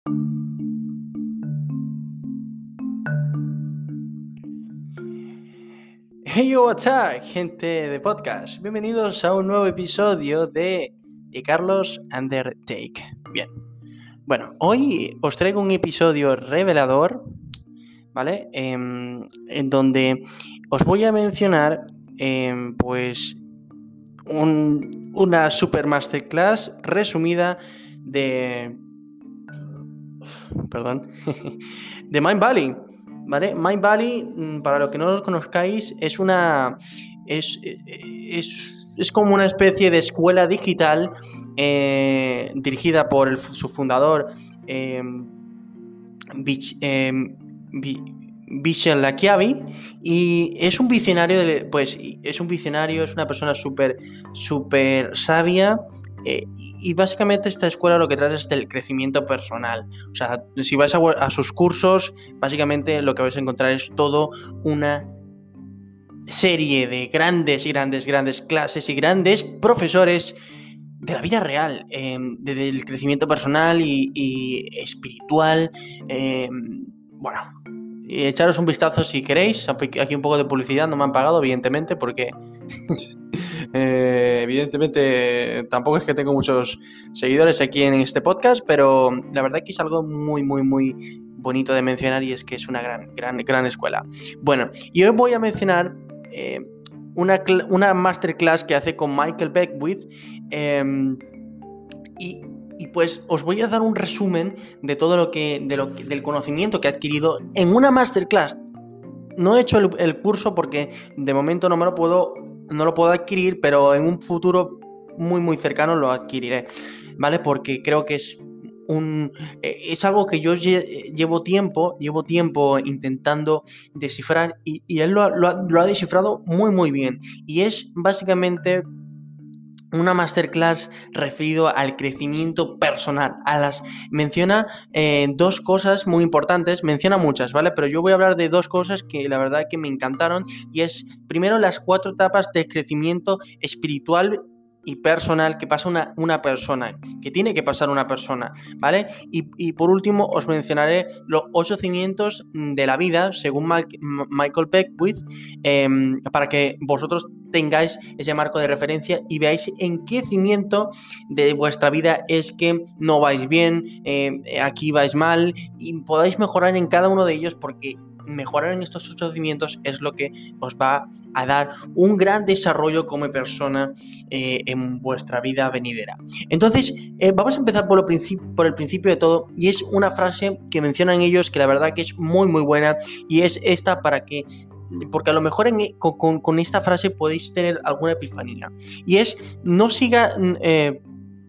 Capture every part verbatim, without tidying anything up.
Hey yo, what's up, gente de podcast. Bienvenidos a un nuevo episodio de, de Carlos Undertake. Bien, bueno, hoy os traigo un episodio revelador, ¿vale? Eh, en donde os voy a mencionar, eh, pues, un, una super masterclass resumida de... Perdón. de Mindvalley. ¿Vale? Mindvalley, para los que no lo conozcáis, es una es, es, es como una especie de escuela digital eh, dirigida por el, su fundador eh, Vich, eh, Vishen Lakhiani, y es un visionario de, pues es un visionario, es una persona súper súper sabia. Eh, y básicamente esta escuela lo que trata es del crecimiento personal. O sea, si vais a, a sus cursos, básicamente lo que vais a encontrar es todo una serie de grandes y grandes, grandes clases y grandes profesores de la vida real, eh, de, del crecimiento personal y, y espiritual. Eh, bueno, echaros un vistazo si queréis. Aquí un poco de publicidad, no me han pagado, evidentemente, porque... Eh, evidentemente tampoco es que tengo muchos seguidores aquí en este podcast, pero la verdad que es algo muy muy muy bonito de mencionar, y es que es una gran gran gran escuela. Bueno, y hoy voy a mencionar eh, una, una masterclass que hace con Michael Beckwith, eh, y Y pues os voy a dar un resumen de todo lo que, de lo que, del conocimiento que he adquirido en una masterclass. No he hecho el, el curso porque de momento no me lo puedo, no lo puedo adquirir, pero en un futuro muy muy cercano lo adquiriré, ¿vale? Porque creo que es un es algo que yo llevo tiempo, llevo tiempo intentando descifrar, y, y él lo, lo, lo ha descifrado muy muy bien. Y es básicamente una masterclass referido al crecimiento personal. A las menciona eh, dos cosas muy importantes, menciona muchas, ¿vale? Pero yo voy a hablar de dos cosas que la verdad que me encantaron, y es primero las cuatro etapas de crecimiento espiritual y personal que pasa una, una persona, que tiene que pasar una persona, ¿vale? Y, y por último os mencionaré los ocho cimientos de la vida según Ma- Michael Beckwith, eh, para que vosotros tengáis ese marco de referencia y veáis en qué cimiento de vuestra vida es que no vais bien, eh, aquí vais mal, y podáis mejorar en cada uno de ellos, porque mejorar en estos ocho cimientos es lo que os va a dar un gran desarrollo como persona eh, en vuestra vida venidera. Entonces, eh, vamos a empezar por, lo princip- por el principio de todo, y es una frase que mencionan ellos que la verdad que es muy muy buena, y es esta, para que porque a lo mejor en, con, con, con esta frase podéis tener alguna epifanía, y es: no siga eh,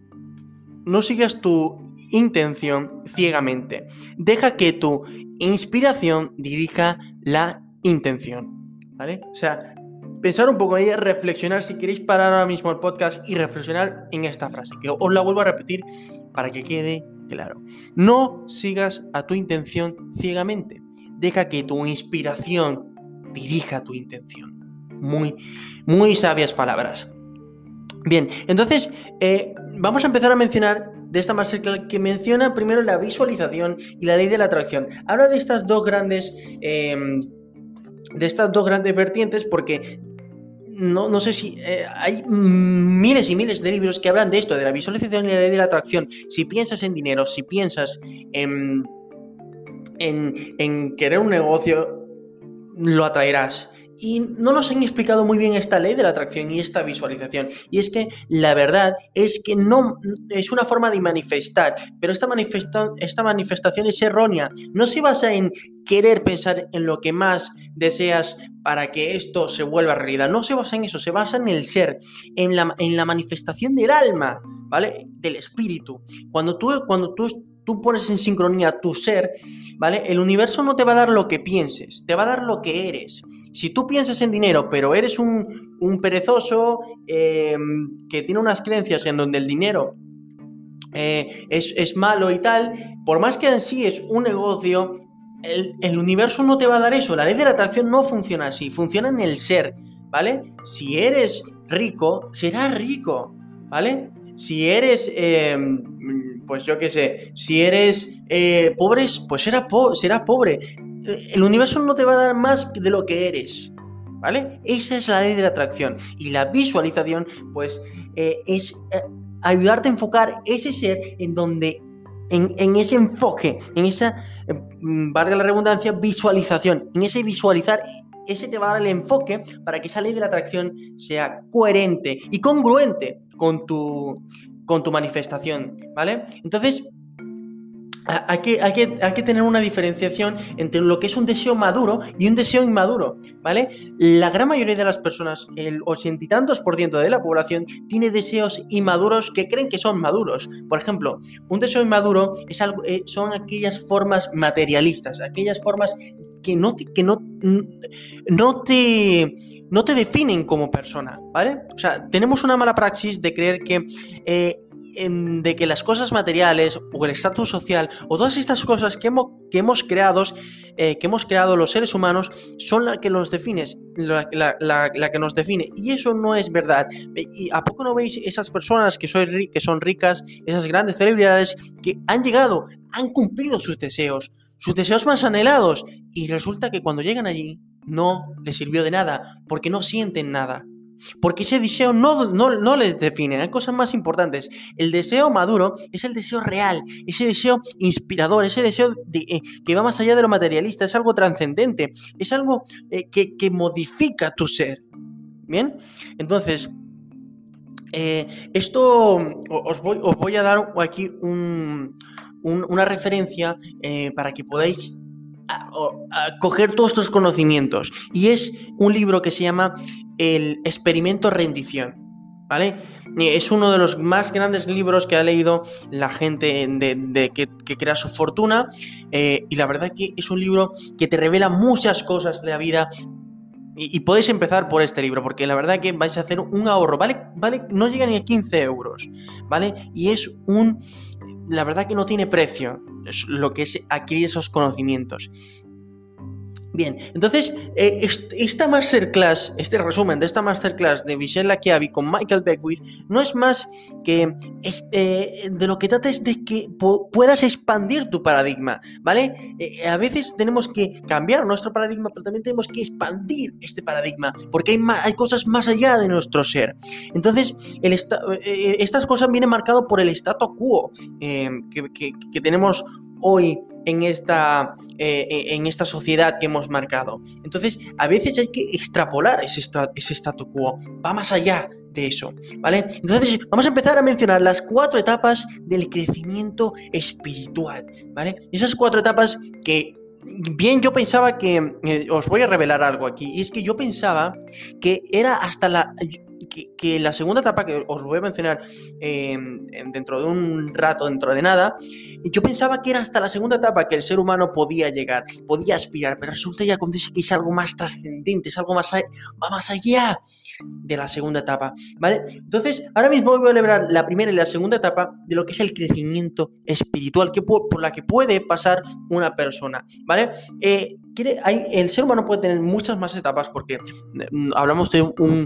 no sigas tu intención ciegamente, deja que tu inspiración dirija la intención, ¿vale? O sea, pensar un poco ahí, reflexionar. Si queréis parar ahora mismo el podcast y reflexionar en esta frase, que os la vuelvo a repetir para que quede claro: no sigas a tu intención ciegamente, deja que tu inspiración dirija tu intención. Muy, muy sabias palabras. Bien, entonces eh, vamos a empezar a mencionar de esta masterclass, que menciona primero la visualización y la ley de la atracción. Habla de estas dos grandes eh, de estas dos grandes vertientes, porque no, no sé si eh, hay miles y miles de libros que hablan de esto, de la visualización y la ley de la atracción. Si piensas en dinero, si piensas en, en, en querer un negocio, lo atraerás. Y no nos han explicado muy bien esta ley de la atracción y esta visualización. Y es que la verdad es que no es una forma de manifestar, pero esta, manifesta, esta manifestación es errónea. No se basa en querer pensar en lo que más deseas para que esto se vuelva realidad. No se basa en eso, se basa en el ser, en la, en la manifestación del alma, ¿vale? Del espíritu. Cuando tú, cuando tú tú pones en sincronía tu ser, ¿vale? El universo no te va a dar lo que pienses, te va a dar lo que eres. Si tú piensas en dinero, pero eres un, un perezoso eh, que tiene unas creencias en donde el dinero eh, es, es malo y tal, por más que en sí es un negocio, el, el universo no te va a dar eso. La ley de la atracción no funciona así, funciona en el ser, ¿vale? Si eres rico, serás rico, ¿vale? si eres, eh, pues yo qué sé, si eres eh, pobre, pues serás, po- serás pobre. El universo no te va a dar más de lo que eres, ¿vale? Esa es la ley de la atracción. Y la visualización, pues, eh, es eh, ayudarte a enfocar ese ser en donde, en, en ese enfoque, en esa, eh, valga la redundancia, visualización, en ese visualizar. Ese te va a dar el enfoque para que esa ley de la atracción sea coherente y congruente con tu, con tu manifestación, ¿vale? Entonces, hay que, hay, que, hay que tener una diferenciación entre lo que es un deseo maduro y un deseo inmaduro, ¿vale? La gran mayoría de las personas, el ochenta y tantos por ciento de la población, tiene deseos inmaduros que creen que son maduros. Por ejemplo, un deseo inmaduro es algo, eh, son aquellas formas materialistas, aquellas formas que no te, que no, no te, no te definen como persona, ¿vale? O sea, tenemos una mala praxis de creer que... Eh, En, de que las cosas materiales o el estatus social o todas estas cosas que hemos, que hemos creado eh, que hemos creado los seres humanos son la que nos define, la, la, la, la que nos define, y eso no es verdad. ¿Y a poco no veis esas personas que, soy, que son ricas, esas grandes celebridades que han llegado, han cumplido sus deseos, sus deseos más anhelados, y resulta que cuando llegan allí no les sirvió de nada porque no sienten nada? Porque ese deseo no, no, no les define. Hay cosas más importantes. El deseo maduro es el deseo real, ese deseo inspirador, ese deseo de, eh, que va más allá de lo materialista, es algo trascendente, es algo eh, que, que modifica tu ser. ¿Bien? Entonces, eh, esto os voy, os voy a dar aquí un, un, una referencia eh, para que podáis a, a coger todos estos conocimientos. Y es un libro que se llama El Experimento Rendición, ¿vale? Es uno de los más grandes libros que ha leído la gente de, de que, que crea su fortuna, eh, y la verdad que es un libro que te revela muchas cosas de la vida. Y, y podéis empezar por este libro, porque la verdad que vais a hacer un ahorro, ¿vale? ¿Vale? No llega ni a quince euros, ¿vale? Y es un... La verdad que no tiene precio es lo que es adquirir esos conocimientos. Bien, entonces, eh, esta masterclass, este resumen de esta masterclass de Vishen Lakhiani con Michael Beckwith no es más que es, eh, de lo que trata es de que puedas expandir tu paradigma, ¿vale? Eh, a veces tenemos que cambiar nuestro paradigma, pero también tenemos que expandir este paradigma, porque hay, más, hay cosas más allá de nuestro ser. Entonces, el esta, eh, estas cosas vienen marcadas por el statu quo eh, que, que, que tenemos hoy en esta, eh, en esta sociedad que hemos marcado. Entonces, a veces hay que extrapolar ese, ese statu quo, va más allá de eso, ¿vale? Entonces, vamos a empezar a mencionar las cuatro etapas del crecimiento espiritual, ¿vale? Esas cuatro etapas que, bien, yo pensaba que, eh, os voy a revelar algo aquí, y es que yo pensaba que era hasta la... Que, que la segunda etapa, que os voy a mencionar eh, dentro de un rato, dentro de nada, yo pensaba que era hasta la segunda etapa que el ser humano podía llegar, podía aspirar, pero resulta y acontece que es algo más trascendente, es algo más, va más allá de la segunda etapa, ¿vale? Entonces, ahora mismo voy a celebrar la primera y la segunda etapa de lo que es el crecimiento espiritual que por, por la que puede pasar una persona, ¿vale? Eh, quiere, hay, el ser humano puede tener muchas más etapas porque eh, hablamos de un...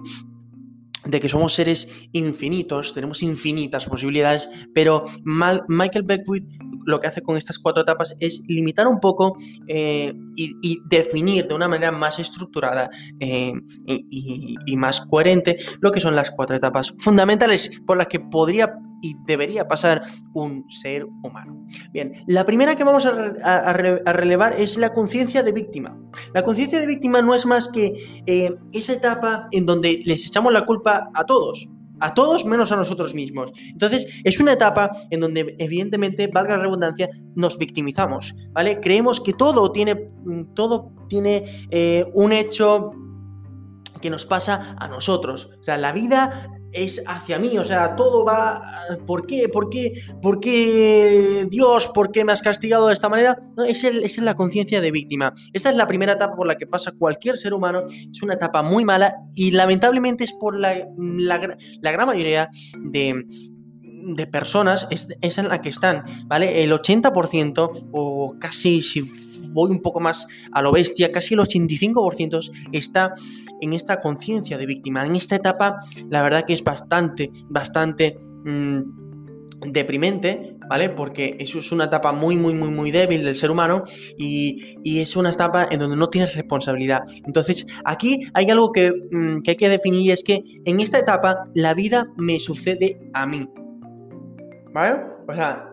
de que somos seres infinitos, tenemos infinitas posibilidades, pero Mal, Michael Beckwith lo que hace con estas cuatro etapas es limitar un poco eh, y, y definir de una manera más estructurada eh, y, y más coherente lo que son las cuatro etapas fundamentales por las que podría y debería pasar un ser humano. Bien, la primera que vamos a, a, a relevar es la conciencia de víctima. La conciencia de víctima no es más que eh, esa etapa en donde les echamos la culpa a todos, a todos menos a nosotros mismos. Entonces, es una etapa en donde, evidentemente, valga la redundancia, nos victimizamos, ¿vale? Creemos que todo tiene, todo tiene eh, un hecho que nos pasa a nosotros. O sea, la vida es hacia mí, o sea, todo va... ¿Por qué? ¿Por qué? ¿Por qué Dios? ¿Por qué me has castigado de esta manera? No, es, el, es la conciencia de víctima. Esta es la primera etapa por la que pasa cualquier ser humano. Es una etapa muy mala y lamentablemente es por la, la, la gran mayoría de... de personas es, es en la que están, ¿vale? El ochenta por ciento o casi, si voy un poco más a lo bestia, casi el ochenta y cinco por ciento está en esta conciencia de víctima. En esta etapa, la verdad que es bastante, bastante mmm, deprimente, ¿vale? Porque eso es una etapa muy, muy, muy, muy débil del ser humano y, y es una etapa en donde no tienes responsabilidad. Entonces, aquí hay algo que, mmm, que hay que definir y es que en esta etapa la vida me sucede a mí, ¿vale? O sea,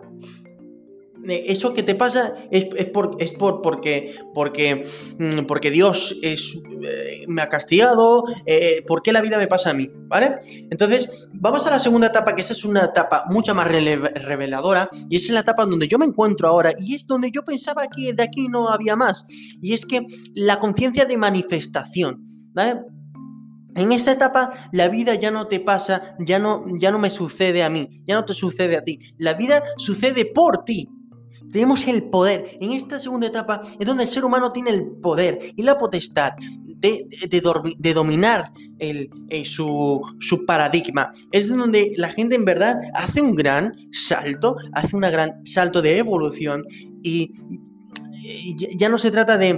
eso que te pasa es, es, por, es por, porque, porque, porque Dios es, eh, me ha castigado, eh, ¿por qué la vida me pasa a mí? ¿Vale? Entonces, vamos a la segunda etapa, que esa es una etapa mucho más rele- reveladora, y es la etapa en donde yo me encuentro ahora, y es donde yo pensaba que de aquí no había más, y es que la conciencia de manifestación, ¿vale? En esta etapa la vida ya no te pasa, ya no, ya no me sucede a mí, ya no te sucede a ti, la vida sucede por ti. Tenemos el poder. En esta segunda etapa es donde el ser humano tiene el poder y la potestad de, de, dormi, de dominar el, eh, su, su paradigma. Es donde la gente en verdad hace un gran salto, hace un gran salto de evolución y, y ya no se trata de...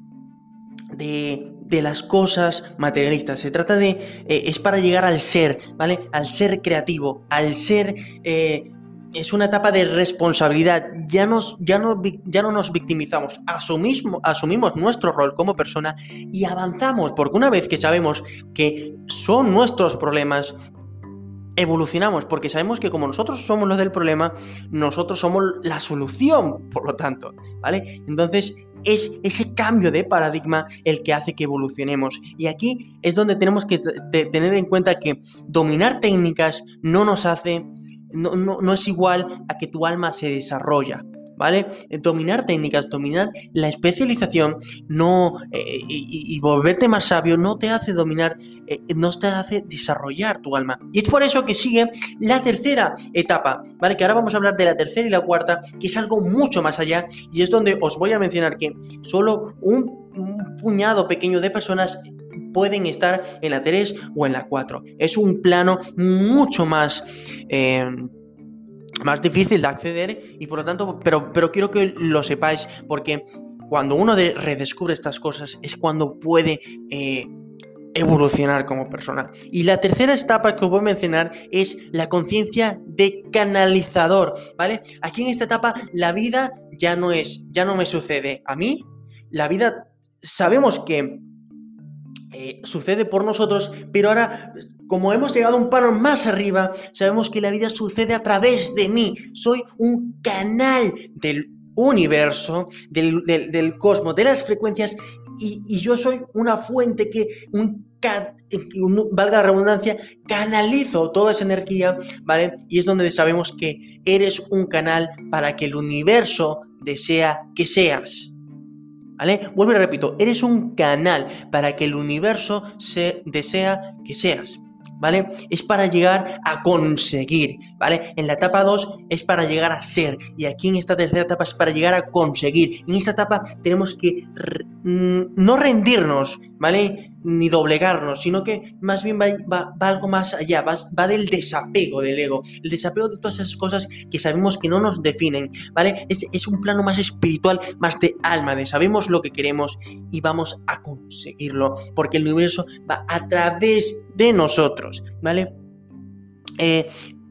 de de las cosas materialistas, se trata de, eh, es para llegar al ser, ¿vale? Al ser creativo, al ser, eh, es una etapa de responsabilidad, ya, nos, ya, no, ya no nos victimizamos, asumimos, asumimos nuestro rol como persona y avanzamos, porque una vez que sabemos que son nuestros problemas, evolucionamos, porque sabemos que como nosotros somos los del problema, nosotros somos la solución, por lo tanto, ¿vale? Entonces, es ese cambio de paradigma el que hace que evolucionemos. Y aquí es donde tenemos que t- tener en cuenta que dominar técnicas no nos hace, no, no, no es igual a que tu alma se desarrolla, ¿vale? Dominar técnicas, dominar la especialización no, eh, y, y volverte más sabio no te hace dominar, eh, no te hace desarrollar tu alma. Y es por eso que sigue la tercera etapa, ¿vale? Que ahora vamos a hablar de la tercera y la cuarta, que es algo mucho más allá, y es donde os voy a mencionar que solo un, un puñado pequeño de personas pueden estar en la tres o en la cuatro. Es un plano mucho más... Eh, más difícil de acceder y por lo tanto, pero, pero quiero que lo sepáis porque cuando uno de, redescubre estas cosas es cuando puede eh, evolucionar como persona. Y la tercera etapa que os voy a mencionar es la conciencia de canalizador, ¿vale? Aquí en esta etapa la vida ya no es, ya no me sucede a mí, la vida sabemos que Eh, sucede por nosotros, pero ahora, como hemos llegado un plano más arriba, sabemos que la vida sucede a través de mí. Soy un canal del universo, del, del, del cosmos, de las frecuencias, y, y yo soy una fuente que, un, un, valga la redundancia, canalizo toda esa energía, ¿vale? Y es donde sabemos que eres un canal para que el universo desea que seas. ¿Vale? Vuelvo y repito, eres un canal para que el universo se desea que seas, ¿vale? Es para llegar a conseguir, ¿vale? En la etapa dos es para llegar a ser y aquí en esta tercera etapa es para llegar a conseguir. En esta etapa tenemos que re- no rendirnos, ¿vale? Ni doblegarnos, sino que más bien va, va, va algo más allá, va, va del desapego del ego, el desapego de todas esas cosas que sabemos que no nos definen, ¿vale? Es, es un plano más espiritual, más de alma, de sabemos lo que queremos y vamos a conseguirlo, porque el universo va a través de nosotros, ¿vale? Eh,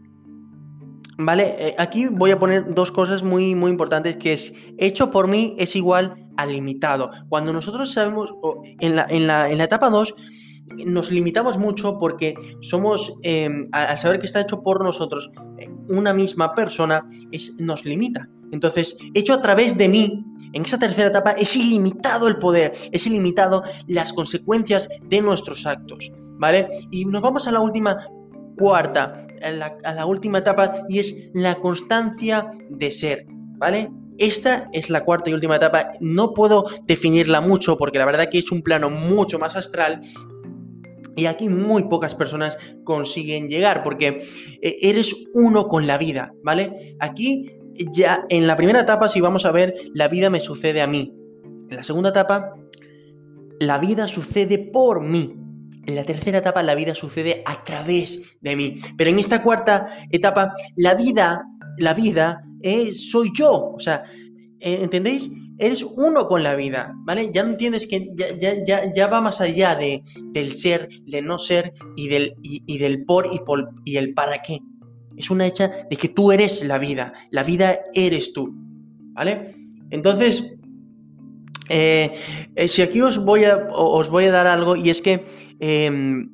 Vale, eh, aquí voy a poner dos cosas muy, muy importantes, que es hecho por mí es igual a limitado. Cuando nosotros sabemos, en la, en la, en la etapa dos, nos limitamos mucho porque somos, eh, al saber que está hecho por nosotros, eh, una misma persona, es, nos limita. Entonces, hecho a través de mí, en esa tercera etapa es ilimitado el poder, es ilimitado las consecuencias de nuestros actos, ¿vale? Y nos vamos a la última cuarta, a la, a la última etapa, y es la constancia de ser, ¿vale? Esta es la cuarta y última etapa. No puedo definirla mucho porque la verdad que es un plano mucho más astral y aquí muy pocas personas consiguen llegar porque eres uno con la vida, ¿vale? Aquí ya en la primera etapa, si vamos a ver, la vida me sucede a mí. En la segunda etapa, la vida sucede por mí. En la tercera etapa, la vida sucede a través de mí. Pero en esta cuarta etapa, la vida, la vida es, soy yo. O sea, ¿entendéis? Eres uno con la vida, ¿vale? Ya no entiendes que ya, ya, ya, ya va más allá de, del ser, del no ser y del, y, y del por y, por y el para qué. Es una hecha de que tú eres la vida. La vida eres tú, ¿vale? Entonces, eh, eh, si aquí os voy a, os voy a dar algo, y es que... Eh,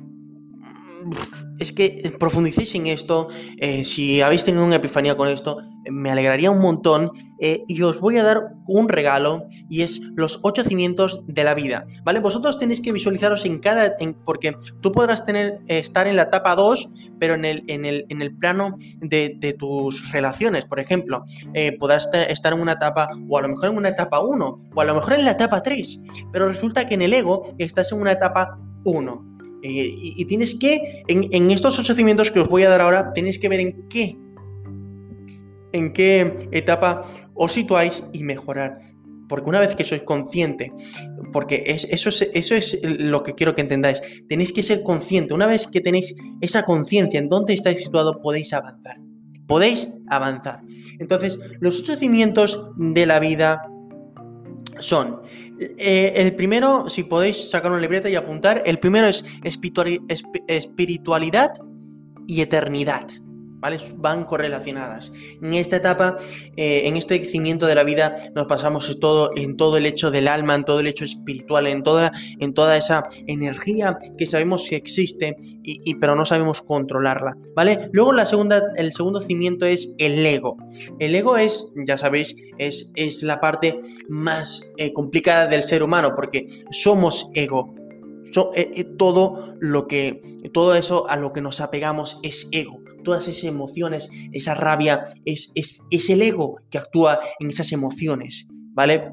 es que profundicéis en esto, eh, si habéis tenido una epifanía con esto, me alegraría un montón, eh, y os voy a dar un regalo, y es los ocho cimientos de la vida, ¿vale? Vosotros tenéis que visualizaros en cada... En, porque tú podrás tener, eh, estar en la etapa dos, pero en el, en el, en el plano de, de tus relaciones, por ejemplo, eh, podrás estar en una etapa, o a lo mejor en una etapa uno, o a lo mejor en la etapa tres, pero resulta que en el ego estás en una etapa uno. Eh, y, y tienes que, en, en estos ocho cimientos que os voy a dar ahora, tenéis que ver en qué, en qué etapa os situáis y mejorar. Porque una vez que sois consciente, porque es, eso, es, eso es lo que quiero que entendáis, tenéis que ser consciente. Una vez que tenéis esa conciencia en dónde estáis situados, podéis avanzar. Podéis avanzar. Entonces, los ocho cimientos de la vida son... Eh, el primero, si podéis sacar una libreta y apuntar, el primero es espiritualidad y eternidad, ¿vale? Van correlacionadas. En esta etapa, eh, en este cimiento de la vida, nos pasamos todo, en todo el hecho del alma, en todo el hecho espiritual, en toda, en toda esa energía que sabemos que existe, y, y, pero no sabemos controlarla, ¿vale? Luego la segunda, el segundo cimiento es el ego. El ego es, ya sabéis, es, es la parte más eh, complicada del ser humano, porque somos ego. So, eh, eh, todo lo que, todo eso a lo que nos apegamos es ego. Todas esas emociones, esa rabia, es, es, es el ego que actúa en esas emociones, ¿vale?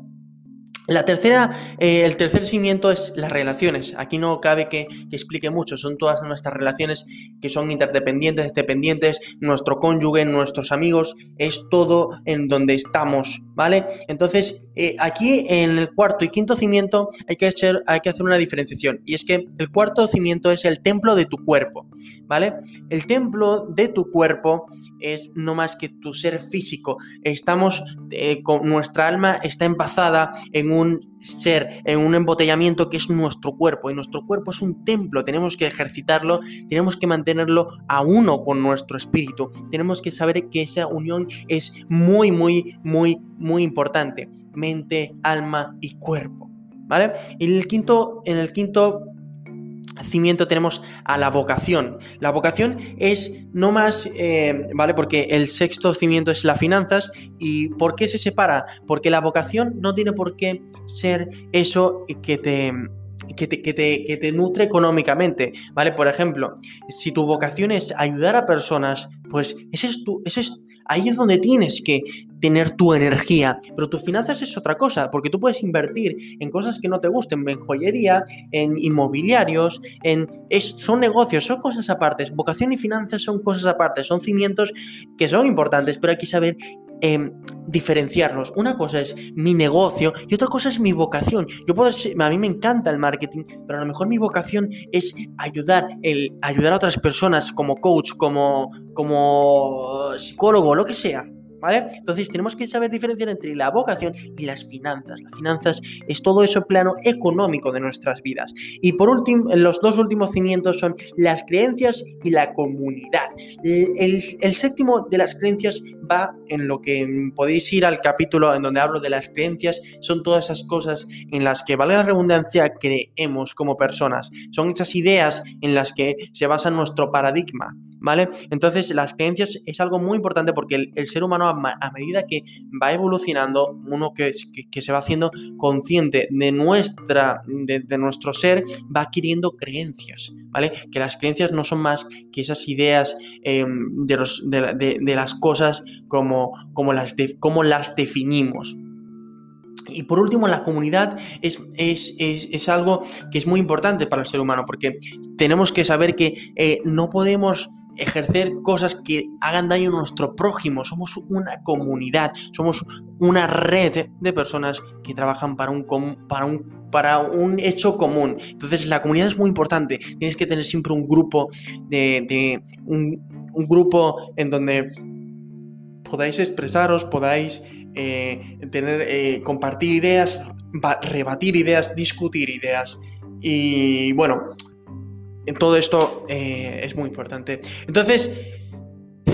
La tercera, eh, el tercer cimiento es las relaciones. Aquí no cabe que, que explique mucho, son todas nuestras relaciones que son interdependientes, dependientes, nuestro cónyuge, nuestros amigos, es todo en donde estamos, ¿vale? Entonces, eh, aquí en el cuarto y quinto cimiento hay que, hacer, hay que hacer una diferenciación, y es que el cuarto cimiento es el templo de tu cuerpo, ¿vale? El templo de tu cuerpo es no más que tu ser físico. Estamos, eh, con nuestra alma está embazada en un ser, en un embotellamiento que es nuestro cuerpo, y nuestro cuerpo es un templo. Tenemos que ejercitarlo, tenemos que mantenerlo a uno con nuestro espíritu, tenemos que saber que esa unión es muy, muy, muy, muy importante. Mente, alma y cuerpo, ¿vale? Y en el quinto, en el quinto cimiento tenemos a la vocación. La vocación es no más, eh, ¿vale? Porque el sexto cimiento es las finanzas. ¿Y por qué se separa? Porque la vocación no tiene por qué ser eso que te... Que te, que, te, que te nutre económicamente, ¿vale? Por ejemplo, si tu vocación es ayudar a personas, pues ese es tu, ese es, ahí es donde tienes que tener tu energía. Pero tus finanzas es otra cosa, porque tú puedes invertir en cosas que no te gusten, en joyería, en inmobiliarios, en es, son negocios, son cosas aparte. Vocación y finanzas son cosas aparte, son cimientos que son importantes, pero hay que saber Eh, diferenciarlos. Una cosa es mi negocio y otra cosa es mi vocación. Yo puedo ser, a mí me encanta el marketing, pero a lo mejor mi vocación es ayudar, el, ayudar a otras personas como coach, como, como psicólogo, lo que sea, ¿vale? Entonces tenemos que saber diferenciar entre la vocación y las finanzas. Las finanzas es todo eso plano económico de nuestras vidas. Y por último, los dos últimos cimientos son las creencias y la comunidad. El, el, el séptimo de las creencias va en lo que podéis ir al capítulo en donde hablo de las creencias. Son todas esas cosas en las que, valga la redundancia, creemos como personas. Son esas ideas en las que se basa nuestro paradigma, ¿vale? Entonces las creencias es algo muy importante, porque el, el ser humano a, ma, a medida que va evolucionando, uno que, que, que se va haciendo consciente de, nuestra, de, de nuestro ser, va adquiriendo creencias, ¿vale? Que las creencias no son más que esas ideas eh, de, los, de, de, de las cosas como, como, las de, como las definimos. Y por último, la comunidad es, es, es, es algo que es muy importante para el ser humano, porque tenemos que saber que eh, no podemos ejercer cosas que hagan daño a nuestro prójimo. Somos una comunidad, somos una red de personas que trabajan para un, para un, para un hecho común. Entonces la comunidad es muy importante. Tienes que tener siempre un grupo de, de un, un grupo en donde podáis expresaros, podáis eh, tener, eh, compartir ideas, rebatir ideas, discutir ideas. Y bueno, todo esto eh, es muy importante. Entonces,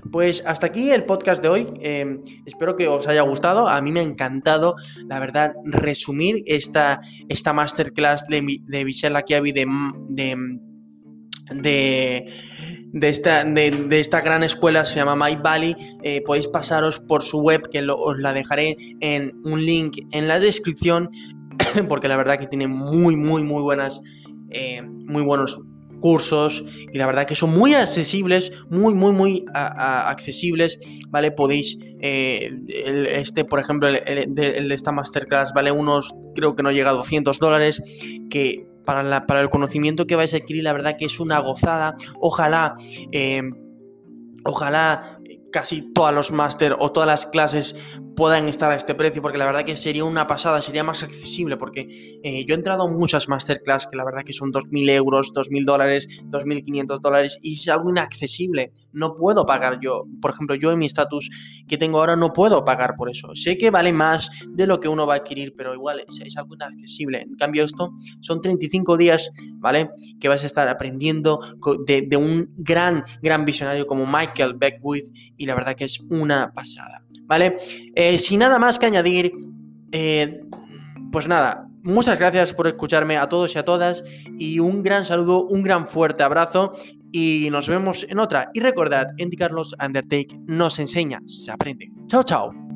Pues hasta aquí el podcast de hoy. Eh, espero que os haya gustado. A mí me ha encantado, la verdad, resumir esta, esta masterclass de, de Vishen Lakhiani de, de, de, de, esta, de, de esta gran escuela, se llama Mindvalley. Eh, podéis pasaros por su web, que lo, os la dejaré en un link en la descripción, porque la verdad que tiene muy, muy, muy buenas, eh, muy buenos cursos y la verdad que son muy accesibles, muy, muy, muy a, a, accesibles, ¿vale? Podéis, eh, el, este, por ejemplo, el, el, de, el de esta masterclass vale unos, creo que no llega a doscientos dólares, que para, la, para el conocimiento que vais a adquirir, la verdad que es una gozada. Ojalá, eh, ojalá casi todos los máster o todas las clases puedan estar a este precio, porque la verdad que sería una pasada, sería más accesible, porque eh, yo he entrado a muchas masterclass que la verdad que son dos mil euros, dos mil dólares, dos mil quinientos dólares y es algo inaccesible. No puedo pagar yo, por ejemplo, yo en mi estatus que tengo ahora no puedo pagar por eso. Sé que vale más de lo que uno va a adquirir, pero igual es, es algo inaccesible. En cambio esto son treinta y cinco días, ¿vale? Que vas a estar aprendiendo de, de un gran, gran visionario como Michael Beckwith y la verdad que es una pasada, ¿vale? Eh, sin nada más que añadir, eh, pues nada, muchas gracias por escucharme a todos y a todas y un gran saludo, un gran fuerte abrazo y nos vemos en otra. Y recordad, Andy Carlos Undertake nos enseña, se aprende. Chao, chao.